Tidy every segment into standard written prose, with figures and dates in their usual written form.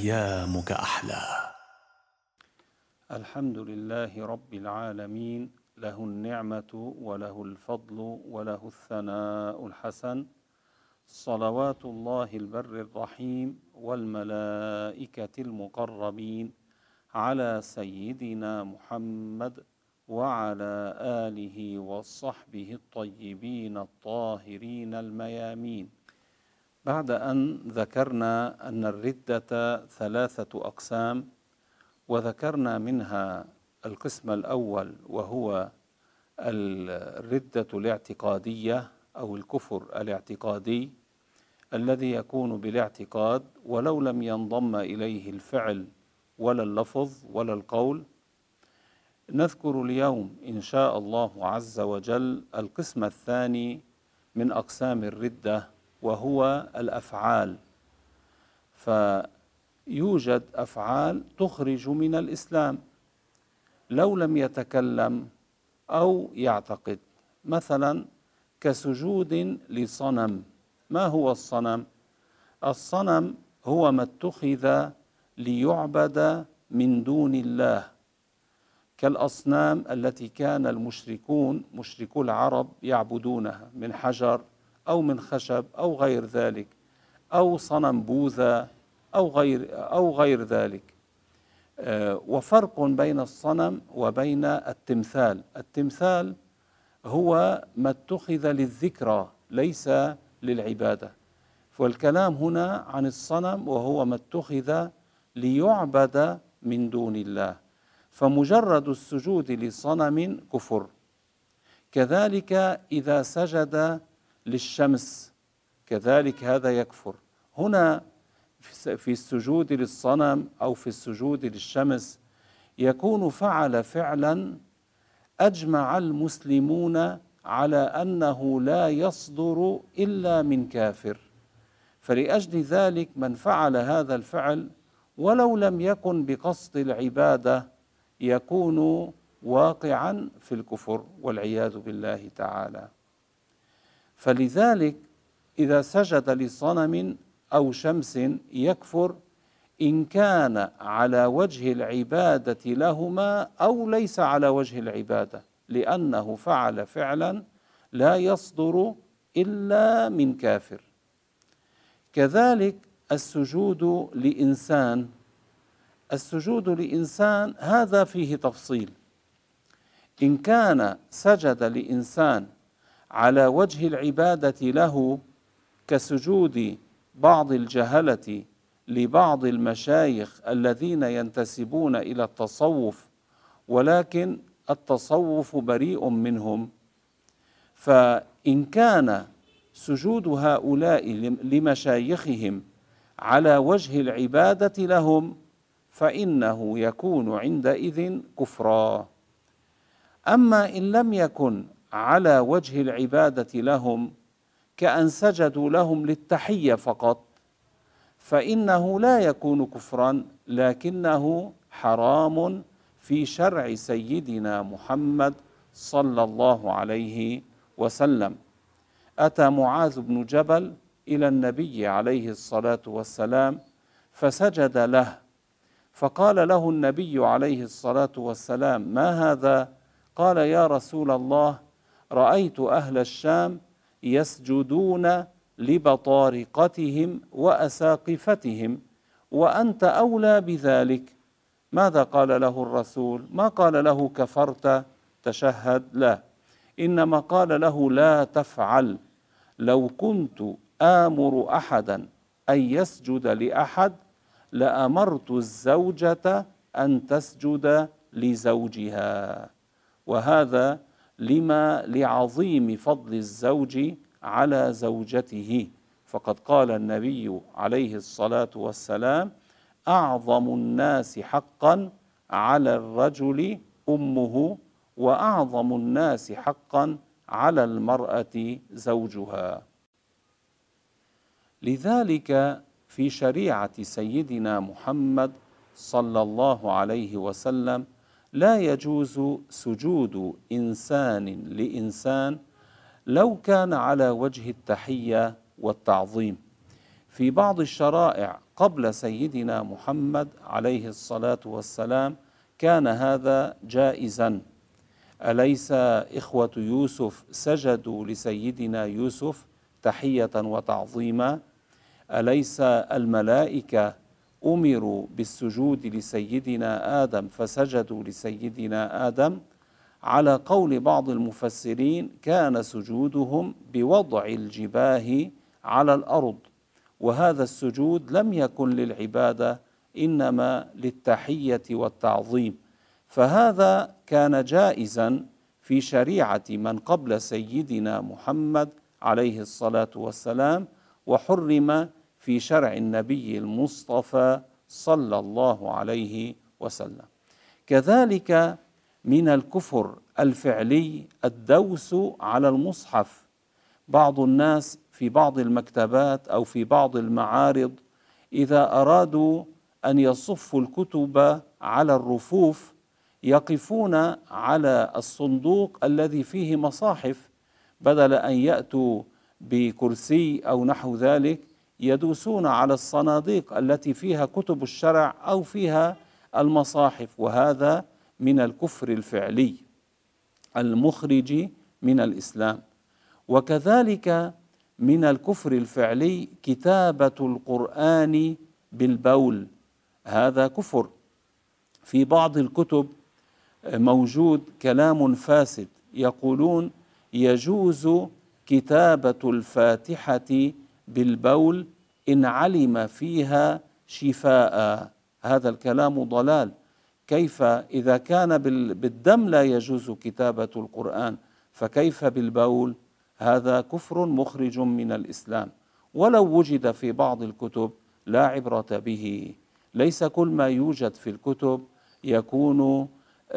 أيامك أحلى. الحمد لله رب العالمين، له النعمة وله الفضل وله الثناء الحسن، صلوات الله البر الرحيم والملائكة المقربين على سيدنا محمد وعلى آله وصحبه الطيبين الطاهرين الميامين. بعد أن ذكرنا أن الردة 3 أقسام، وذكرنا منها القسم الأول وهو الردة الاعتقادية أو الكفر الاعتقادي الذي يكون بالاعتقاد ولو لم ينضم إليه الفعل ولا اللفظ ولا القول. نذكر اليوم إن شاء الله عز وجل القسم الثاني من أقسام الردة وهو الأفعال. فيوجد أفعال تخرج من الإسلام لو لم يتكلم أو يعتقد، مثلا كسجود لصنم. ما هو الصنم؟ الصنم هو ما اتخذ ليعبد من دون الله، كالأصنام التي كان المشركون مشركو العرب يعبدونها من حجر أو من خشب أو غير ذلك، أو صنم بوذا أو غير ذلك. وفرق بين الصنم وبين التمثال. التمثال هو ما اتخذ للذكرى ليس للعبادة، والكلام هنا عن الصنم وهو ما اتخذ ليعبد من دون الله، فمجرد السجود لصنم كفر. كذلك إذا سجد للشمس كذلك هذا يكفر. هنا في السجود للصنم أو في السجود للشمس يكون فعل فعلا أجمع المسلمون على أنه لا يصدر إلا من كافر، فلأجل ذلك من فعل هذا الفعل ولو لم يكن بقصد العبادة يكون واقعا في الكفر والعياذ بالله تعالى. فلذلك إذا سجد لصنم أو شمس يكفر إن كان على وجه العبادة لهما أو ليس على وجه العبادة، لأنه فعل فعلا لا يصدر إلا من كافر. كذلك السجود لإنسان. السجود لإنسان هذا فيه تفصيل. إن كان سجد لإنسان على وجه العبادة له كسجود بعض الجهلة لبعض المشايخ الذين ينتسبون إلى التصوف ولكن التصوف بريء منهم، فإن كان سجود هؤلاء لمشايخهم على وجه العبادة لهم فإنه يكون عندئذ كفرا. أما إن لم يكن على وجه العبادة لهم كأن سجدوا لهم للتحية فقط فإنه لا يكون كفرا، لكنه حرام في شرع سيدنا محمد صلى الله عليه وسلم. أتى معاذ بن جبل إلى النبي عليه الصلاة والسلام فسجد له، فقال له النبي عليه الصلاة والسلام: ما هذا؟ قال: يا رسول الله، رأيت أهل الشام يسجدون لبطارقتهم وأساقفتهم وأنت أولى بذلك. ماذا قال له الرسول؟ ما قال له كفرت تشهد، لا، إنما قال له لا تفعل. لو كنت آمر أحدا أن يسجد لأحد لأمرت الزوجة أن تسجد لزوجها، وهذا لعظيم فضل الزوج على زوجته. فقد قال النبي عليه الصلاة والسلام: أعظم الناس حقا على الرجل أمه، وأعظم الناس حقا على المرأة زوجها. لذلك في شريعة سيدنا محمد صلى الله عليه وسلم لا يجوز سجود إنسان لإنسان لو كان على وجه التحية والتعظيم. في بعض الشرائع قبل سيدنا محمد عليه الصلاة والسلام كان هذا جائزا. أليس إخوة يوسف سجدوا لسيدنا يوسف تحية وتعظيما؟ أليس الملائكة أمروا بالسجود لسيدنا آدم فسجدوا لسيدنا آدم؟ على قول بعض المفسرين كان سجودهم بوضع الجباه على الأرض، وهذا السجود لم يكن للعبادة إنما للتحية والتعظيم، فهذا كان جائزا في شريعة من قبل سيدنا محمد عليه الصلاة والسلام، وحرم في شرع النبي المصطفى صلى الله عليه وسلم. كذلك من الكفر الفعلي الدوس على المصحف. بعض الناس في بعض المكتبات أو في بعض المعارض إذا أرادوا أن يصفوا الكتب على الرفوف يقفون على الصندوق الذي فيه مصاحف، بدل أن يأتوا بكرسي أو نحو ذلك يدوسون على الصناديق التي فيها كتب الشرع أو فيها المصاحف، وهذا من الكفر الفعلي المخرج من الإسلام. وكذلك من الكفر الفعلي كتابة القرآن بالبول، هذا كفر. في بعض الكتب موجود كلام فاسد، يقولون يجوز كتابة الفاتحة بالبول إن علم فيها شفاء. هذا الكلام ضلال. كيف إذا كان بالدم لا يجوز كتابة القرآن، فكيف بالبول؟ هذا كفر مخرج من الإسلام، ولو وجد في بعض الكتب لا عبرة به. ليس كل ما يوجد في الكتب يكون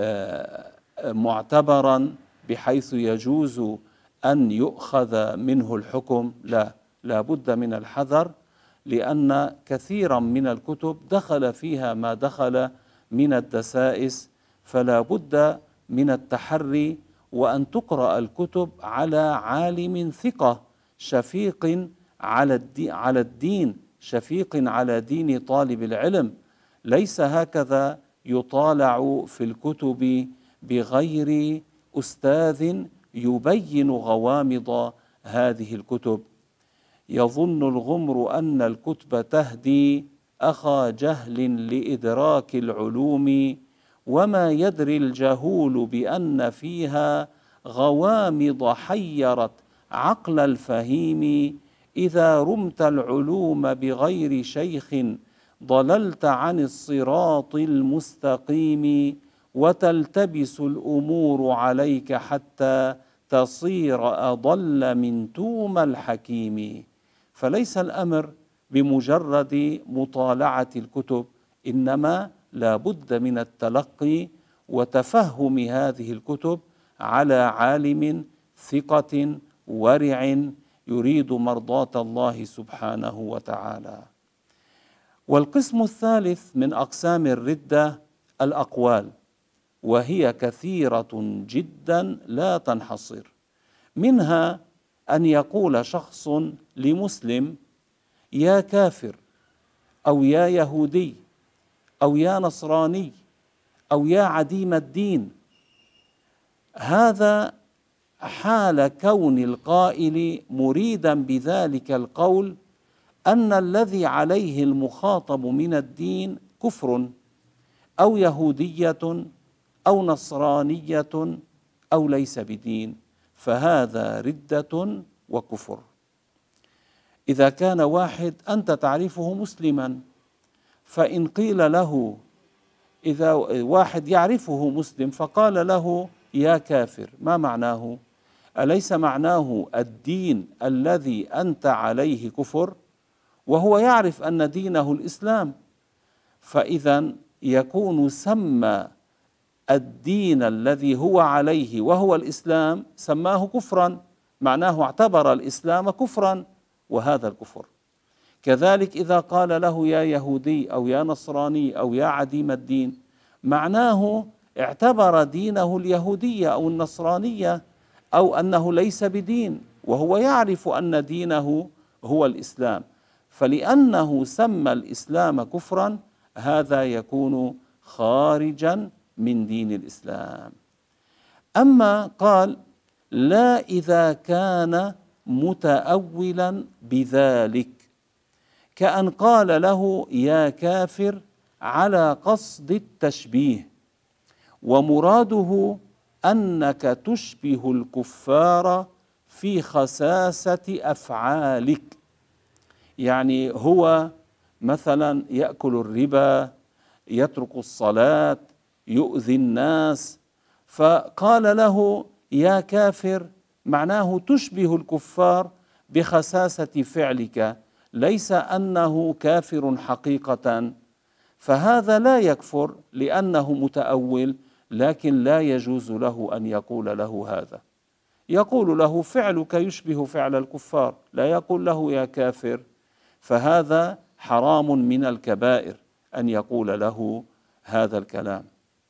معتبرا بحيث يجوز أن يؤخذ منه الحكم، لا بد من الحذر، لأن كثيرا من الكتب دخل فيها ما دخل من الدسائس، فلا بد من التحري وأن تقرأ الكتب على عالم ثقة شفيق على الدين، شفيق على دين طالب العلم. ليس هكذا يطالع في الكتب بغير أستاذ يبين غوامض هذه الكتب. يظن الغمر أن الكتب تهدي أخا جهل لإدراك العلوم، وما يدري الجهول بأن فيها غوامض حيرت عقل الفهيم. إذا رمت العلوم بغير شيخ ضللت عن الصراط المستقيم، وتلتبس الأمور عليك حتى تصير أضل من توم الحكيم. فليس الأمر بمجرد مطالعة الكتب، إنما لا بد من التلقي وتفهم هذه الكتب على عالم ثقة ورع يريد مرضاة الله سبحانه وتعالى. والقسم الثالث من أقسام الردة الأقوال، وهي كثيرة جدا لا تنحصر. منها أن يقول شخص لمسلم يا كافر، أو يا يهودي، أو يا نصراني، أو يا عديم الدين. هذا حال كون القائل مريدا بذلك القول أن الذي عليه المخاطب من الدين كفر أو يهودية أو نصرانية أو ليس بدين، فهذا ردة وكفر. إذا كان واحد أنت تعرفه مسلما، فإن قيل له، إذا واحد يعرفه مسلم فقال له يا كافر، ما معناه؟ أليس معناه الدين الذي أنت عليه كفر؟ وهو يعرف أن دينه الإسلام، فإذا يكون سمى الدين الذي هو عليه وهو الإسلام سماه كفرا، معناه اعتبر الإسلام كفرا، وهذا الكفر. كذلك إذا قال له يا يهودي أو يا نصراني أو يا عديم الدين، معناه اعتبر دينه اليهودية أو النصرانية أو أنه ليس بدين، وهو يعرف أن دينه هو الإسلام. فلأنه سمى الإسلام كفرا هذا يكون خارجا من دين الإسلام. أما قال لا إذا كان متأولا بذلك، كأن قال له يا كافر على قصد التشبيه، ومراده أنك تشبه الكفار في خساسة أفعالك، يعني هو مثلا يأكل الربا، يترك الصلاة، يؤذي الناس، فقال له يا كافر معناه تشبه الكفار بخساسة فعلك، ليس أنه كافر حقيقة، فهذا لا يكفر لأنه متأول، لكن لا يجوز له أن يقول له هذا، يقول له فعلك يشبه فعل الكفار، لا يقول له يا كافر، فهذا حرام من الكبائر أن يقول له هذا الكلام.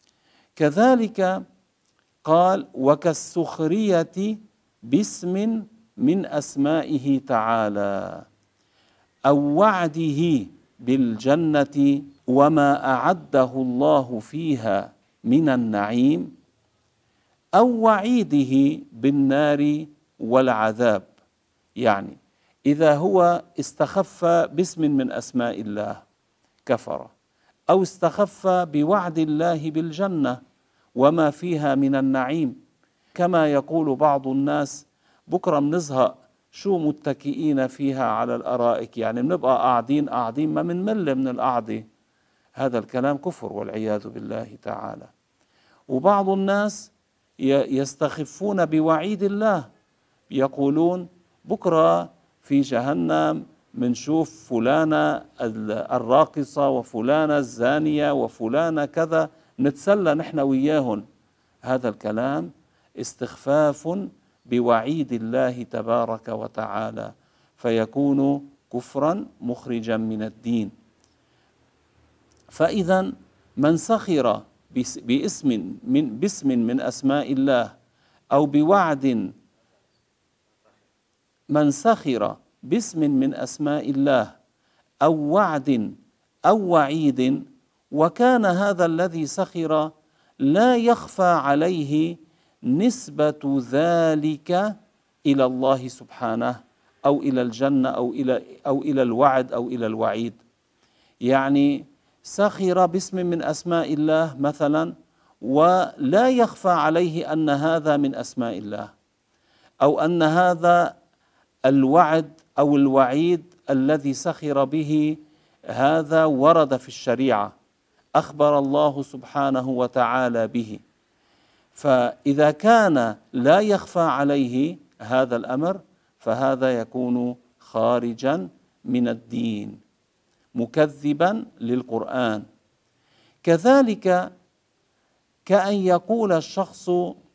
كذلك قال وكالسخرية باسم من أسمائه تعالى أو وعده بالجنة وما أعده الله فيها من النعيم، أو وعيده بالنار والعذاب. يعني إذا هو استخف باسم من أسماء الله كفر، أو استخف بوعد الله بالجنة وما فيها من النعيم، كما يقول بعض الناس بكرة بنزهق شو متكئين فيها على الأرائك، يعني بنبقى قاعدين ما منمل من القعدة، هذا الكلام كفر والعياذ بالله تعالى. وبعض الناس يستخفون بوعيد الله، يقولون بكرة في جهنم منشوف فلانة الراقصة وفلانة الزانية وفلانة كذا، نتسلى نحن وياهن، هذا الكلام استخفاف بوعيد الله تبارك وتعالى، فيكون كفرا مخرجا من الدين. فإذا من سخر باسم من أسماء الله أو بوعد، من سخر باسم من أسماء الله أو وعد أو وعيد، وكان هذا الذي سخر لا يخفى عليه نسبة ذلك إلى الله سبحانه أو إلى الجنة أو إلى الوعد أو إلى الوعيد، يعني سخر باسم من أسماء الله مثلا ولا يخفى عليه أن هذا من أسماء الله، أو أن هذا الوعد أو الوعيد الذي سخر به هذا ورد في الشريعة، أخبر الله سبحانه وتعالى به. فإذا كان لا يخفى عليه هذا الأمر فهذا يكون خارجا من الدين، مكذبا للقرآن. كذلك كأن يقول الشخص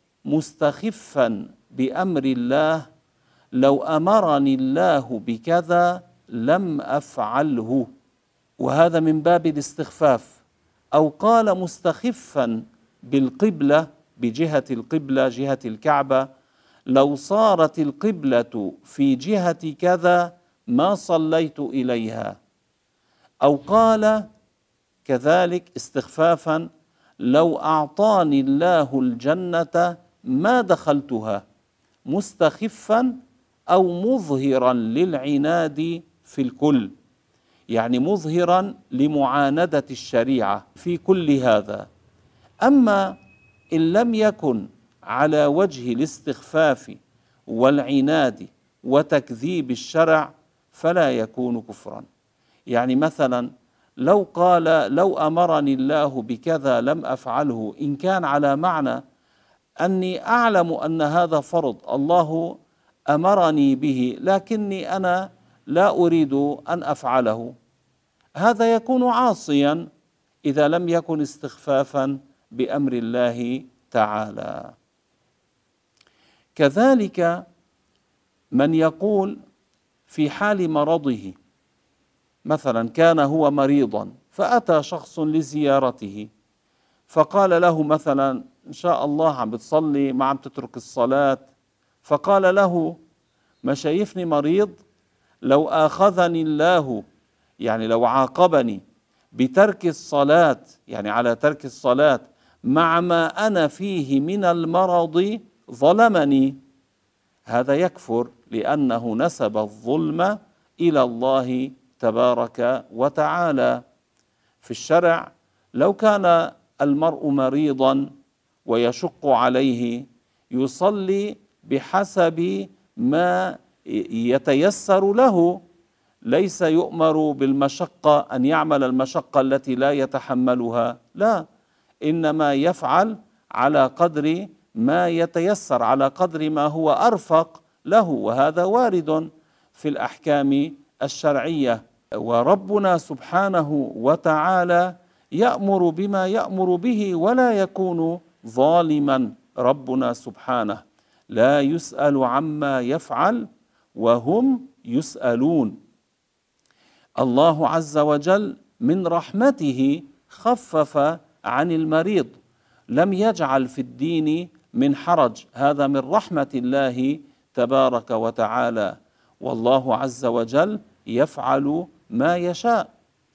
مستخفا بأمر الله لو أمرني الله بكذا لم أفعله، وهذا من باب الاستخفاف. أو قال مستخفا بالقبلة، بجهة القبلة جهة الكعبة، لو صارت القبلة في جهة كذا ما صليت إليها. أو قال كذلك استخفافا لو أعطاني الله الجنة ما دخلتها، مستخفا أو مظهرا للعناد في الكل، يعني مظهرا لمعاندة الشريعة في كل هذا. أما إن لم يكن على وجه الاستخفاف والعناد وتكذيب الشرع فلا يكون كفرا. يعني مثلا لو قال لو أمرني الله بكذا لم أفعله، إن كان على معنى أني أعلم أن هذا فرض الله أمرني به لكني أنا لا أريد أن أفعله، هذا يكون عاصيا إذا لم يكن استخفافا بأمر الله تعالى. كذلك من يقول في حال مرضه، مثلا كان هو مريضا فأتى شخص لزيارته فقال له مثلا إن شاء الله عم بتصلي ما عم تترك الصلاة، فقال له ما شايفني مريض، لو آخذني الله، يعني لو عاقبني بترك الصلاة، يعني على ترك الصلاة مع ما أنا فيه من المرض ظلمني، هذا يكفر لأنه نسب الظلم إلى الله تبارك وتعالى. في الشرع لو كان المرء مريضا ويشق عليه يصلي بحسب ما يتيسر له، ليس يؤمر بالمشقة أن يعمل المشقة التي لا يتحملها، لا، إنما يفعل على قدر ما يتيسر، على قدر ما هو أرفق له، وهذا وارد في الأحكام الشرعية. وربنا سبحانه وتعالى يأمر بما يأمر به ولا يكون ظالما. ربنا سبحانه لا يسأل عما يفعل وهم يسألون. الله عز وجل من رحمته خفف عن المريض، لم يجعل في الدين من حرج، هذا من رحمة الله تبارك وتعالى. والله عز وجل يفعل ما يشاء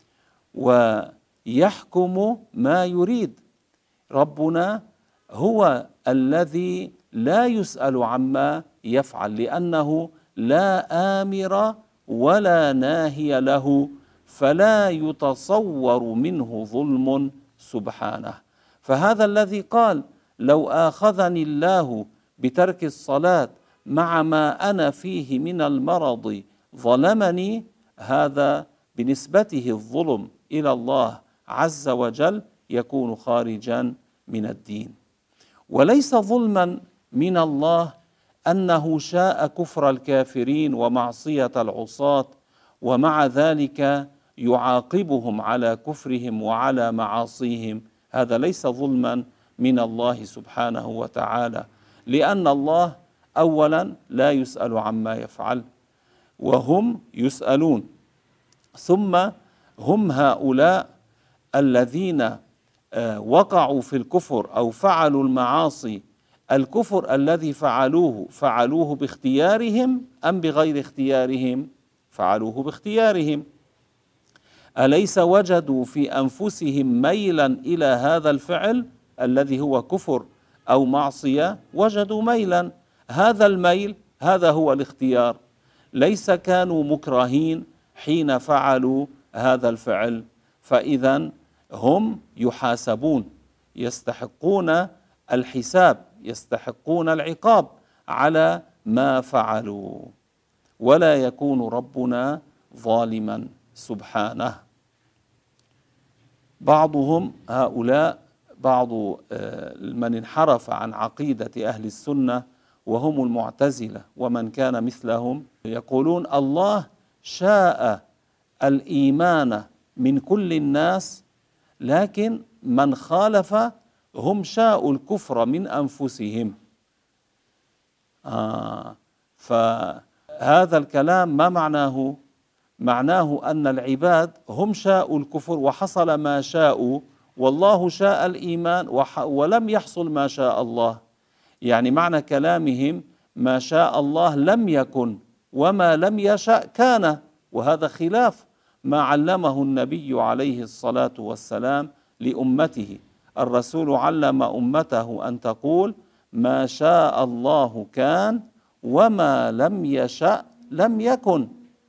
ويحكم ما يريد. ربنا هو الذي لا يسأل عما يفعل، لأنه لا آمر ولا ناهي له، فلا يتصور منه ظلم سبحانه. فهذا الذي قال لو آخذني الله بترك الصلاة مع ما أنا فيه من المرض ظلمني، هذا بنسبته الظلم إلى الله عز وجل يكون خارجا من الدين. وليس ظلما من الله أنه شاء كفر الكافرين ومعصية العصاة ومع ذلك يعاقبهم على كفرهم وعلى معاصيهم، هذا ليس ظلما من الله سبحانه وتعالى، لأن الله أولا لا يسأل عما يفعل وهم يسألون، ثم هم هؤلاء الذين وقعوا في الكفر أو فعلوا المعاصي، الكفر الذي فعلوه باختيارهم أم بغير اختيارهم؟ فعلوه باختيارهم. أليس وجدوا في أنفسهم ميلا إلى هذا الفعل الذي هو كفر أو معصية؟ وجدوا ميلا، هذا الميل هذا هو الاختيار، ليس كانوا مكرهين حين فعلوا هذا الفعل. فإذا هم يحاسبون، يستحقون الحساب، يستحقون العقاب على ما فعلوا، ولا يكون ربنا ظالما سبحانه. بعضهم هؤلاء بعض من انحرف عن عقيدة أهل السنة وهم المعتزلة ومن كان مثلهم، يقولون الله شاء الإيمان من كل الناس، لكن من خالف هم شاءوا الكفر من أنفسهم. فهذا الكلام ما معناه؟ معناه أن العباد هم شاءوا الكفر وحصل ما شاءوا، والله شاء الإيمان ولم يحصل ما شاء الله. يعني معنى كلامهم ما شاء الله لم يكن وما لم يشأ كان، وهذا خلاف ما علمه النبي عليه الصلاة والسلام لأمته. الرسول علم أمته أن تقول ما شاء الله كان وما لم يشأ لم يكن.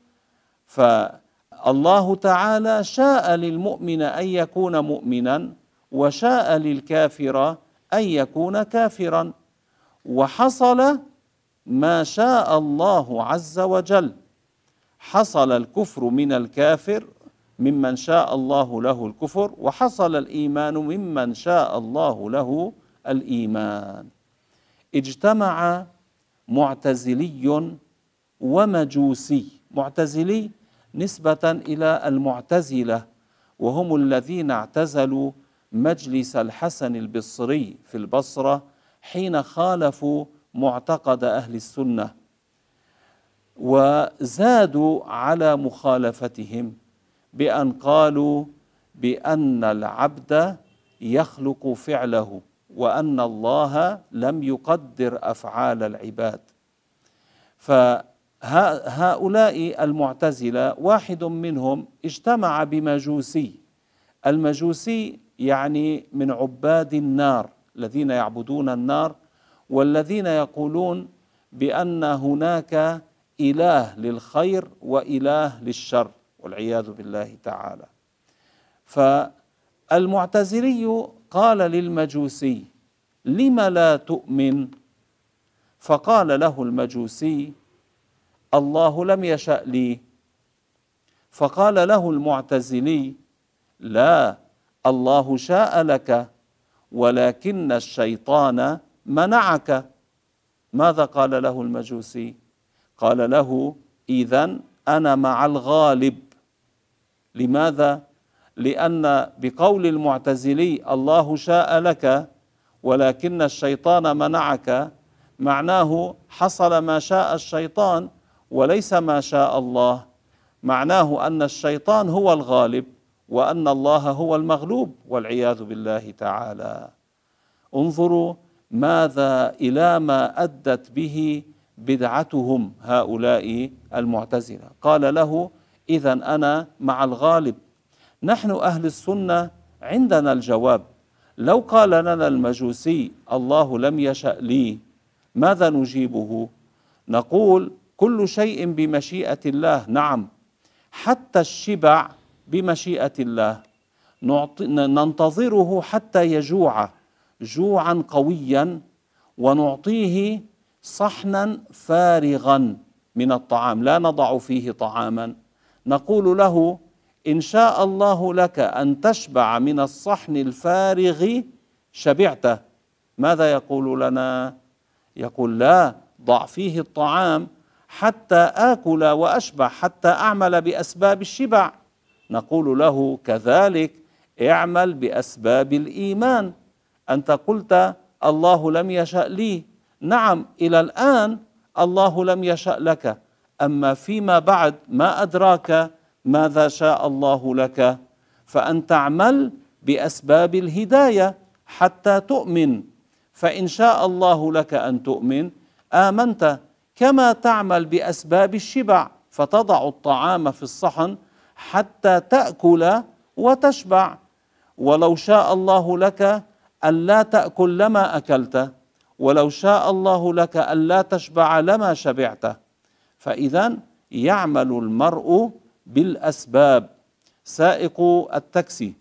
فالله تعالى شاء للمؤمن أن يكون مؤمنا وشاء للكافر أن يكون كافرا، وحصل ما شاء الله عز وجل. حصل الكفر من الكافر ممن شاء الله له الكفر، وحصل الإيمان ممن شاء الله له الإيمان. اجتمع معتزلي ومجوسي. معتزلي نسبة إلى المعتزلة، وهم الذين اعتزلوا مجلس الحسن البصري في البصرة حين خالفوا معتقد أهل السنة، وزادوا على مخالفتهم بأن قالوا بأن العبد يخلق فعله وأن الله لم يقدر أفعال العباد. هؤلاء المعتزلة واحد منهم اجتمع بمجوسي. المجوسي يعني من عباد النار الذين يعبدون النار، والذين يقولون بأن هناك إله للخير وإله للشر والعياذ بالله تعالى. فالمعتزلي قال للمجوسي: لم لا تؤمن؟ فقال له المجوسي: الله لم يشأ لي. فقال له المعتزلي: لا، الله شاء لك ولكن الشيطان منعك. ماذا قال له المجوسي؟ قال له: إذن أنا مع الغالب. لماذا؟ لأن بقول المعتزلي الله شاء لك ولكن الشيطان منعك معناه حصل ما شاء الشيطان وليس ما شاء الله، معناه أن الشيطان هو الغالب وأن الله هو المغلوب والعياذ بالله تعالى. انظروا ماذا إلى ما أدت به بدعتهم هؤلاء المعتزلة. قال له: إذن أنا مع الغالب. نحن أهل السنة عندنا الجواب. لو قال لنا المجوسي الله لم يشأ لي، ماذا نجيبه؟ نقول: كل شيء بمشيئة الله. نعم، حتى الشبع بمشيئة الله. ننتظره حتى يجوع جوعا قويا ونعطيه صحنا فارغا من الطعام لا نضع فيه طعاما، نقول له: إن شاء الله لك أن تشبع من الصحن الفارغ شبعت. ماذا يقول لنا؟ يقول: لا، ضع فيه الطعام حتى آكل وأشبع، حتى أعمل بأسباب الشبع. نقول له: كذلك اعمل بأسباب الإيمان. أنت قلت الله لم يشأ لي، نعم إلى الآن الله لم يشأ لك، أما فيما بعد ما أدراك ماذا شاء الله لك، فأن تعمل بأسباب الهداية حتى تؤمن. فإن شاء الله لك أن تؤمن آمنت، كما تعمل بأسباب الشبع فتضع الطعام في الصحن حتى تأكل وتشبع. ولو شاء الله لك ألا تأكل لما أكلت، ولو شاء الله لك ألا تشبع لما شبعت. فإذا يعمل المرء بالأسباب. سائق التاكسي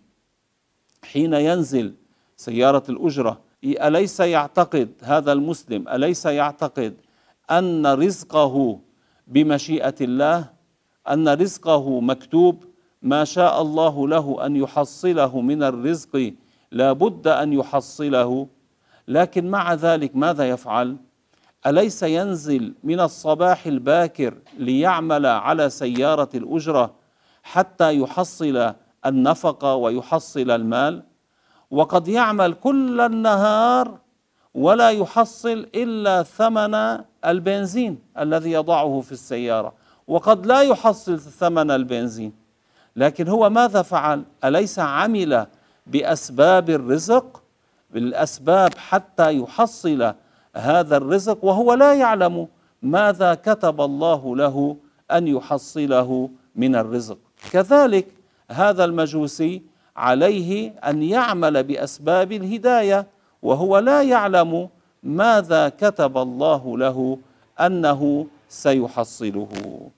حين ينزل سيارة الأجرة أليس يعتقد هذا المسلم، أليس يعتقد أن رزقه بمشيئة الله، أن رزقه مكتوب، ما شاء الله له أن يحصله من الرزق لا بد أن يحصله؟ لكن مع ذلك ماذا يفعل؟ أليس ينزل من الصباح الباكر ليعمل على سيارة الأجرة حتى يحصل النفقة ويحصل المال؟ وقد يعمل كل النهار ولا يحصل إلا ثمن البنزين الذي يضعه في السيارة، وقد لا يحصل ثمن البنزين. لكن هو ماذا فعل؟ أليس عمل بأسباب الرزق، بالأسباب حتى يحصل هذا الرزق وهو لا يعلم ماذا كتب الله له أن يحصله من الرزق؟ كذلك هذا المجوسي عليه أن يعمل بأسباب الهداية وهو لا يعلم ماذا كتب الله له أنه سيحصله.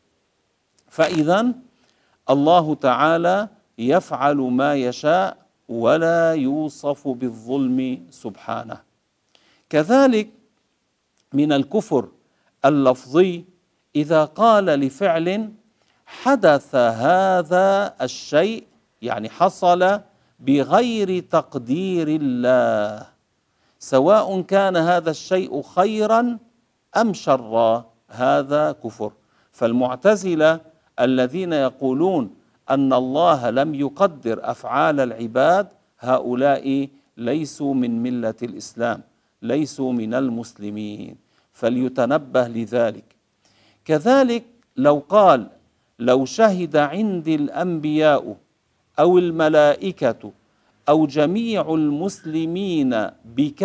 فإذا الله تعالى يفعل ما يشاء ولا يوصف بالظلم سبحانه. كذلك من الكفر اللفظي إذا قال لفعل حدث هذا الشيء، يعني حصل بغير تقدير الله، سواء كان هذا الشيء خيرا أم شرا، هذا كفر. فالمعتزلة الذين يقولون أن الله لم يقدر أفعال العباد هؤلاء ليسوا من ملة الإسلام، ليسوا من المسلمين، فليتنبه لذلك. كذلك لو قال لو شهد عندي الأنبياء أو الملائكة أو جميع المسلمين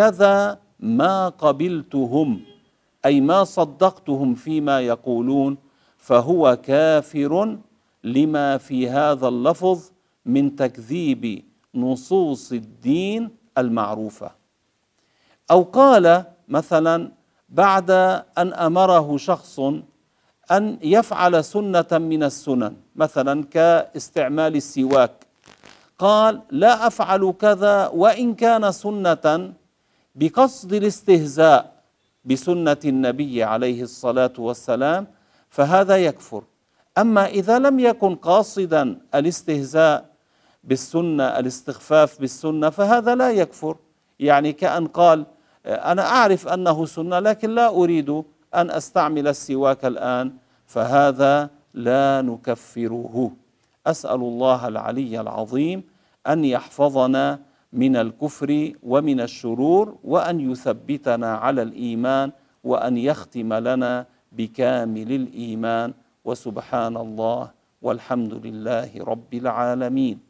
بكذا ما قبلتهم، أي ما صدقتهم فيما يقولون فهو كافر لما في هذا اللفظ من تكذيب نصوص الدين المعروفة. أو قال مثلا بعد أن أمره شخص أن يفعل سنة من السنن، مثلا كاستعمال السواك، قال لا أفعل كذا وإن كان سنة، بقصد الاستهزاء بسنة النبي عليه الصلاة والسلام، فهذا يكفر. أما إذا لم يكن قاصدا الاستهزاء بالسنة، الاستخفاف بالسنة، فهذا لا يكفر. يعني كأن قال أنا أعرف أنه سنة لكن لا أريد أن أستعمل السواك الآن، فهذا لا نكفره. أسأل الله العلي العظيم أن يحفظنا من الكفر ومن الشرور، وأن يثبتنا على الإيمان، وأن يختم لنا بكامل الإيمان. وسبحان الله والحمد لله رب العالمين.